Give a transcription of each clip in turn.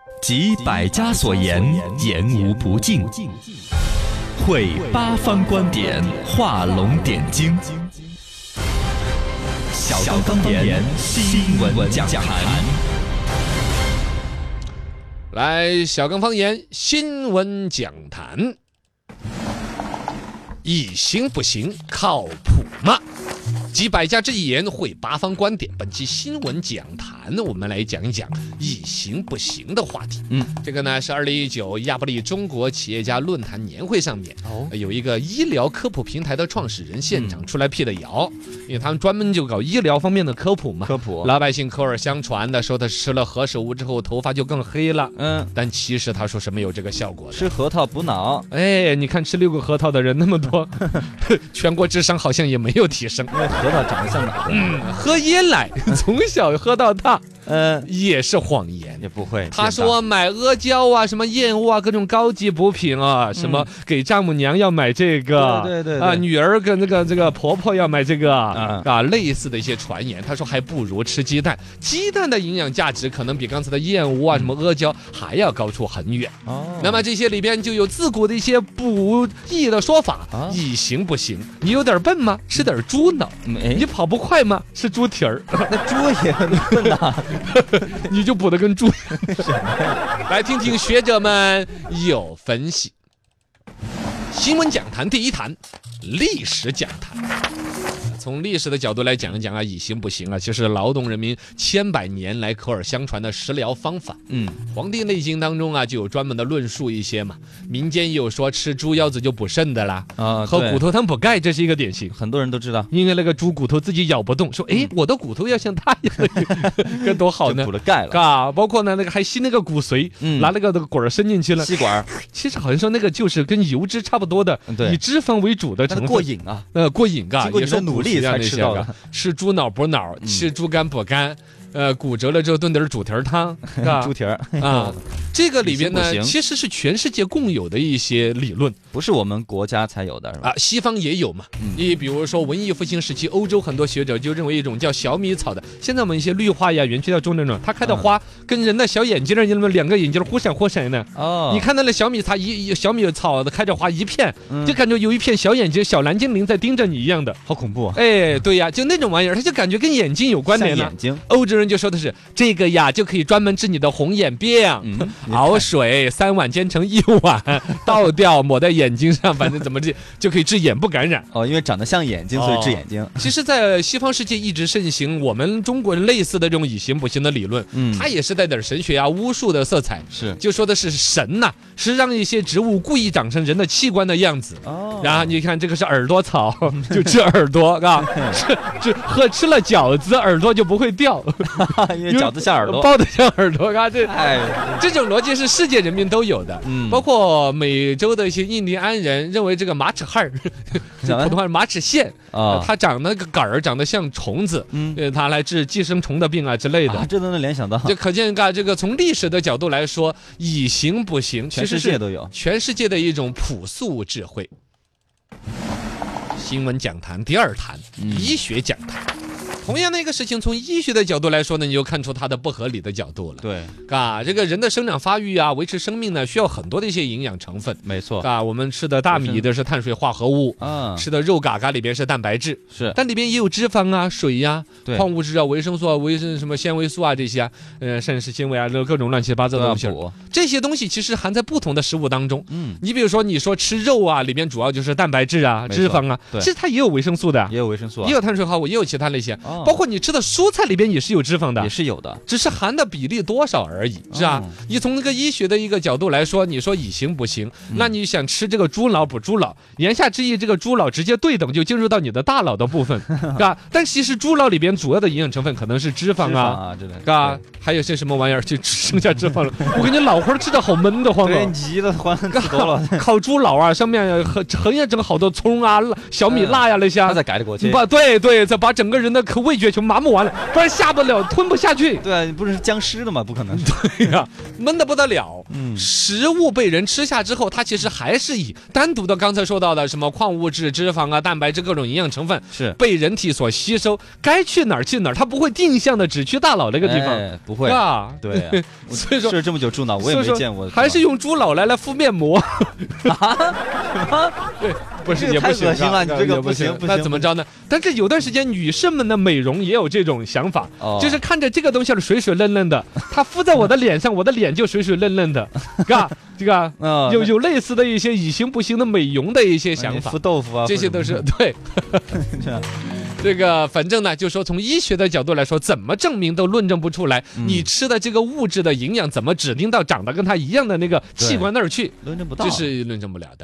集百家所言，言无不尽；汇八方观点，画龙点睛。小刚方言新闻讲坛。 来，小刚方言新闻讲坛，以行不行，靠谱吗？集百家之言，汇八方观点。本期新闻讲坛，我们来讲一讲以行不行的话题。这个呢是2019亚布力中国企业家论坛年会上面，有一个医疗科普平台的创始人现场出来辟的谣，因为他们专门就搞医疗方面的科普嘛。老百姓口耳相传的说他吃了何首乌之后头发就更黑了，但其实他说是没有这个效果的。 吃核桃补脑， 哎，你看吃6个核桃的人那么多，全国智商好像也没有提升。 核桃长得像脑袋。 喝椰奶从小喝到大，也是谎言， 也不会。 他说买阿胶啊，什么燕窝啊，各种高级补品啊，什么给丈母娘要买这个， 对啊，女儿跟这个婆婆要买这个啊，类似的一些传言。他说还不如吃鸡蛋，鸡蛋的营养价值可能比刚才的燕窝啊、什么阿胶还要高出很远。那么这些里边就有自古的一些不义的说法，以行不行。你有点笨吗？吃点猪脑。你跑不快吗？是猪蹄儿。 那猪也很笨呐。 你就补得跟猪一样。来听听学者们有分析。新闻讲坛第一坛，历史讲坛。从历史的角度来讲一讲啊，以行不行啊，其实劳动人民千百年来口耳相传的食疗方法。黄帝内经当中啊就有专门的论述一些嘛，民间也有说吃猪腰子就补肾的啦，喝骨头汤补钙，这是一个典型， 很多人都知道。 因为那个猪骨头自己咬不动，说我的骨头要像它一样，该多好呢， 补了钙了。 包括呢那个还吸那个骨髓，拿那个管伸进去了， 吸管。 其实好像说那个就是跟油脂差不多的，以脂肪为主的成分。 过瘾啊， 过瘾啊， 经过你的努力才吃到的。 吃猪脑补脑，吃猪肝补肝，骨折了之后炖点猪蹄儿汤， 猪蹄儿啊。这个里边呢，其实是全世界共有的一些理论， 不是我们国家才有的，是吧？ 西方也有嘛。你比如说文艺复兴时期，欧洲很多学者就认为一种叫小米草的，现在我们一些绿化呀、园区要种那种，它开的花跟人的小眼睛儿，你们2个眼睛忽闪忽闪的。你看那小米草的开着花一片，就感觉有一片小眼睛、小蓝精灵在盯着你一样的， 好恐怖。 哎，对呀，就那种玩意儿，它就感觉跟眼睛有关联了。 眼睛， 欧洲人就说的是这个呀，就可以专门治你的红眼病。熬水3碗煎成1碗，倒掉抹在眼睛上，反正怎么治就可以治眼部感染。 因为长得像眼睛，所以治眼睛。 其实，在西方世界一直盛行我们中国人类似的这种以行不行的理论，它也是带点神学啊、巫术的色彩。 是， 就说的是神呐，是让一些植物故意长成人的器官的样子。然后你看这个是耳朵草，就吃耳朵，吃了饺子，耳朵就不会掉， 因为饺子像耳朵， 包得像耳朵。这种逻辑是世界人民都有的，包括美洲的一些印第安人认为这个马齿苋儿，普通话马齿苋它长那个杆儿长得像虫子，它来治寄生虫的病啊之类的。 这都能联想到， 就可见这个从历史的角度来说，以行不行， 全世界都有， 全世界的一种朴素智慧。新闻讲坛第二坛，医学讲坛。同样的一个事情，从医学的角度来说呢，你就看出它的不合理的角度了。 对， 这个人的生长发育啊，维持生命呢，需要很多的一些营养成分。 没错， 我们吃的大米的是碳水化合物，吃的肉嘎嘎里边是蛋白质，但里边也有脂肪啊、水呀、矿物质啊、维生素啊、什么纤维素啊这些啊，膳食纤维啊，各种乱七八糟的东西。这些东西其实含在不同的食物当中。你比如说，你说吃肉啊，里边主要就是蛋白质啊、脂肪啊，其实它也有维生素的， 也有维生素， 也有碳水化合物，也有其他那些。包括你吃的蔬菜里边也是有脂肪的， 也是有的， 只是含的比例多少而已，是吧？你从那个医学的一个角度来说，你说以行不行？那你想吃这个猪脑补猪脑，言下之意，这个猪脑直接对等就进入到你的大脑的部分，是吧？但其实猪脑里边主要的营养成分可能是脂肪啊，还有些什么玩意儿就剩下脂肪了。我感觉脑花吃的好闷的慌了， 急的慌多了。 烤猪脑啊，上面横也整好多葱啊、小米辣呀那些， 他再改的过去， 对，再把整个人的味觉全麻木完了，不然下不了，吞不下去。 对，不是僵尸的嘛，不可能。 对呀，闷得不得了。 食物被人吃下之后，它其实还是以单独的刚才说到的什么矿物质、脂肪啊、蛋白质各种营养成分是被人体所吸收，该去哪儿去哪儿，它不会定向的只去大脑那个地方， 不会啊， 对啊， 所以说吃了这么久猪脑，我也没见过， 还是用猪脑来敷面膜。对，不是这个太也不行恶心了，你这个也不行， 那怎么着呢？但是有段时间女士们的美容也有这种想法，就是看着这个东西水水嫩嫩的，它敷在我的脸上，我的脸就水水嫩嫩的，嘎，这个有类似的一些以形补形的美容的一些想法， 敷豆腐啊， 这些都是对。这个反正呢，就说从医学的角度来说，怎么证明都论证不出来，你吃的这个物质的营养怎么指定到长得跟它一样的那个器官那儿去， 论证不到， 这是论证不了的。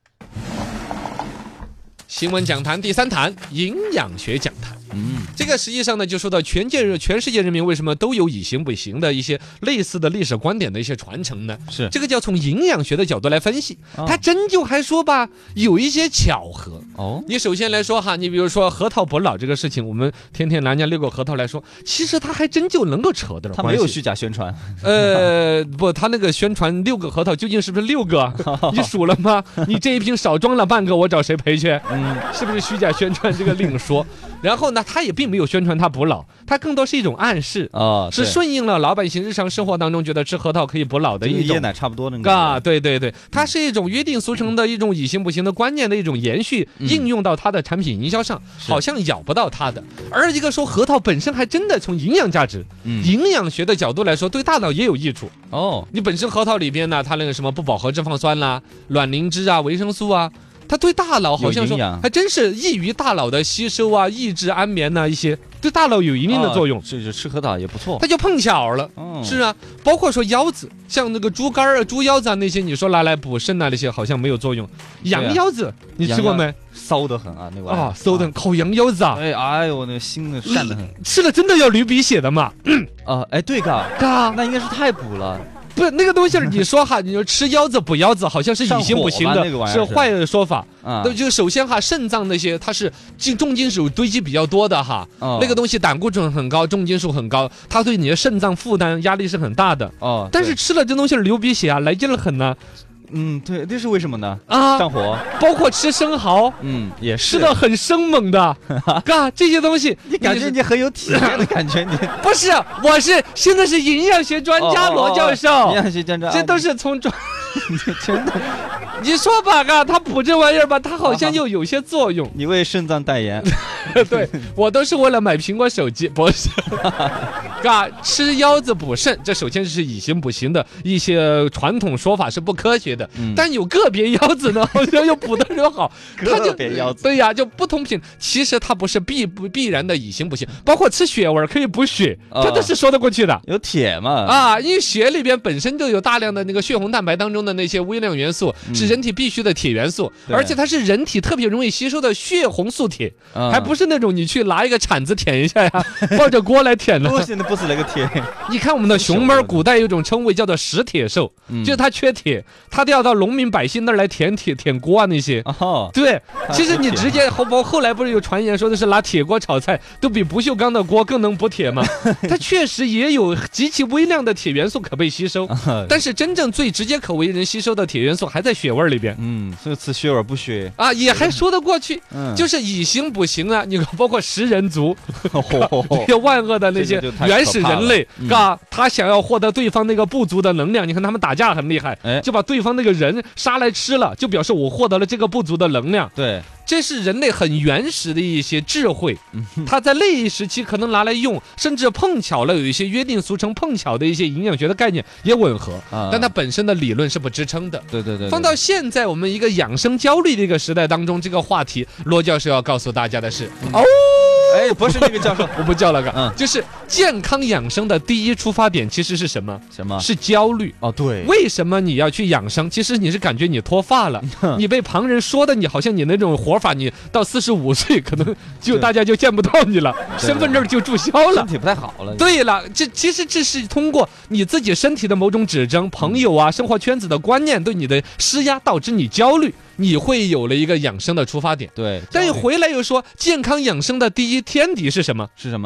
新闻讲坛第3坛，营养学讲坛。这个实际上呢，就说到全世界人民为什么都有以形补形的一些类似的历史观点的一些传承呢？ 是这个叫从营养学的角度来分析。它针灸还说吧，有一些巧合。你首先来说哈，你比如说核桃补脑这个事情，我们天天拿人家遛个核桃来说，其实它还真就能够扯得了关系。 它没有虚假宣传。 不，他那个宣传6个核桃究竟是不是6个？你数了吗？你这一瓶少装了半个，我找谁赔去？是不是虚假宣传这个另说。然后呢，他也并没有宣传它补脑，它更多是一种暗示是顺应了老百姓日常生活当中觉得吃核桃可以补脑的一种椰奶差不多那个对，它是一种约定俗成的一种以形补形的观念的一种延续，应用到它的产品营销上，好像咬不到它的。而一个说核桃本身还真的从营养价值、营养学的角度来说，对大脑也有益处。你本身核桃里边呢，它那个什么不饱和脂肪酸啦、卵磷脂啊、维生素啊。它对大脑好像说还真是益于大脑的吸收啊，抑制安眠呐，一些对大脑有一定的作用。 是吃核桃也不错， 它就碰巧了。是啊，包括说腰子，像那个猪肝啊、猪腰子啊那些，你说拿来补肾啊那些好像没有作用。羊腰子你吃过没？ 骚得很啊，那玩意儿骚得很，烤羊腰子啊。 哎呦，那个心的善得很。 吃了真的要流鼻血的嘛？ 对嘎，那应该是太补了。 不是那个东西，你说哈，你说吃腰子补腰子，好像是以形补形的，是坏的说法。那就首先哈，肾脏那些它是重金属堆积比较多的哈，那个东西胆固醇很高，重金属很高，它对你的肾脏负担压力是很大的。但是吃了这东西流鼻血啊，来劲了很呢。 对，这是为什么呢？上火， 包括吃生蚝， 也是吃的很生猛的，这些东西， 你感觉你很有体验的感觉，你不是？我是现在是营养学专家罗教授， 营养学专家， 这都是从真的。 你说吧，它补这玩意儿吧，它好像又有些作用。 你为肾脏代言， 对我都是为了买苹果手机，不是。吃腰子补肾，这首先是以形补形的一些传统说法是不科学的。但有个别腰子呢，好像又补得很好。 个别腰子， 对呀，就不同品。其实它不是必然的以形补形，包括吃血味可以补血，它都是说得过去的。 有铁嘛？ 因为血里边本身就有大量的那个血红蛋白当中的那些微量元素，是人体必须的铁元素，而且它是人体特别容易吸收的血红素铁，还不是那种你去拿一个铲子舔一下呀，抱着锅来舔的。 不是那个铁。 你看我们的熊猫，古代有一种称谓叫做食铁兽，就是它缺铁，它都要到农民百姓那儿来舔锅啊那些。对，其实你直接后来不是有传言说的是拿铁锅炒菜都比不锈钢的锅更能补铁吗？它确实也有极其微量的铁元素可被吸收，但是真正最直接可为人吸收的铁元素还在血味里边。 所以吃血味不血也还说得过去。就是以形补形啊，你包括食人族，这些万恶的那些原始人类，他想要获得对方那个部族的能量，你看他们打架很厉害，就把对方那个人杀来吃了，就表示我获得了这个部族的能量。 对， 这是人类很原始的一些智慧，他在那一时期可能拿来用，甚至碰巧了有一些约定俗成碰巧的一些营养学的概念也吻合，但它本身的理论是不支撑的。 对， 放到现在我们一个养生焦虑的一个时代当中，这个话题罗教授要告诉大家的是不是那个教授， 我不叫了个，就是健康养生的第一出发点其实是什么？是焦虑。 对， 为什么你要去养生？其实你是感觉你脱发了，你被旁人说的，你好像你那种活法，你到45岁可能大家就见不到你了，身份证就注销了， 身体不太好了。 对了，其实这是通过你自己身体的某种指征、朋友啊、生活圈子的观念对你的施压，导致你焦虑。你会有了一个养生的出发点。 对， 但回来又说健康养生的第一天敌是什么？ 是什么？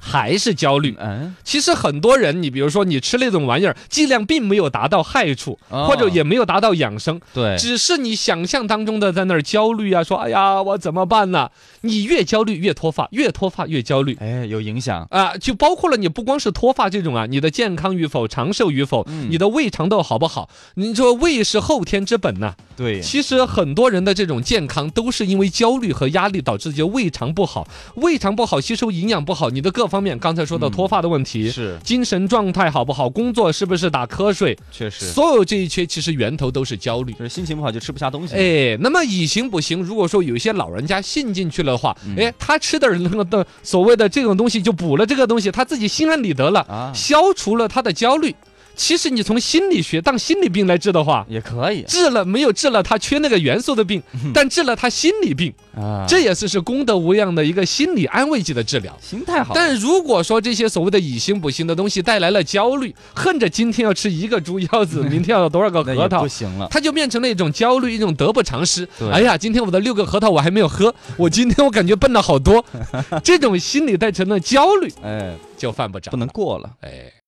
还是焦虑。 嗯， 其实很多人，你比如说你吃那种玩意儿，剂量并没有达到害处， 哦或者也没有达到养生， 对， 只是你想象当中的在那儿焦虑啊，说哎呀我怎么办呢？你越焦虑越脱发，越脱发越焦虑。 哎，有影响。 啊，就包括了你不光是脱发这种啊，你的健康与否、长寿与否，你的胃肠道好不好？你说胃是后天之本呐、 对， 其实很多人的这种健康都是因为焦虑和压力导致就胃肠不好，胃肠不好，吸收营养不好，你的各方面，刚才说到脱发的问题， 是精神状态好不好，工作是不是打瞌睡， 确实， 所有这一切其实源头都是焦虑。 就是心情不好就吃不下东西。 哎，那么以形补形，如果说有一些老人家信进去了的话，哎，他吃点那个的所谓的这种东西，就补了这个东西，他自己心安理得了， 啊， 消除了他的焦虑。其实你从心理学当心理病来治的话， 也可以治了没有治了他缺那个元素的病，但治了他心理病， 啊， 这也是功德无量的一个心理安慰剂的治疗。 心态好。 但如果说这些所谓的以形补形的东西带来了焦虑，恨着今天要吃一个猪腰子，明天要多少个那也核桃不，行了。 它就变成了一种焦虑，一种得不偿失对。 哎呀，今天我的6个核桃我还没有喝，我今天我感觉笨了好多，这种心理带成了焦虑， 哎， 就犯不着不。能过了。 哎。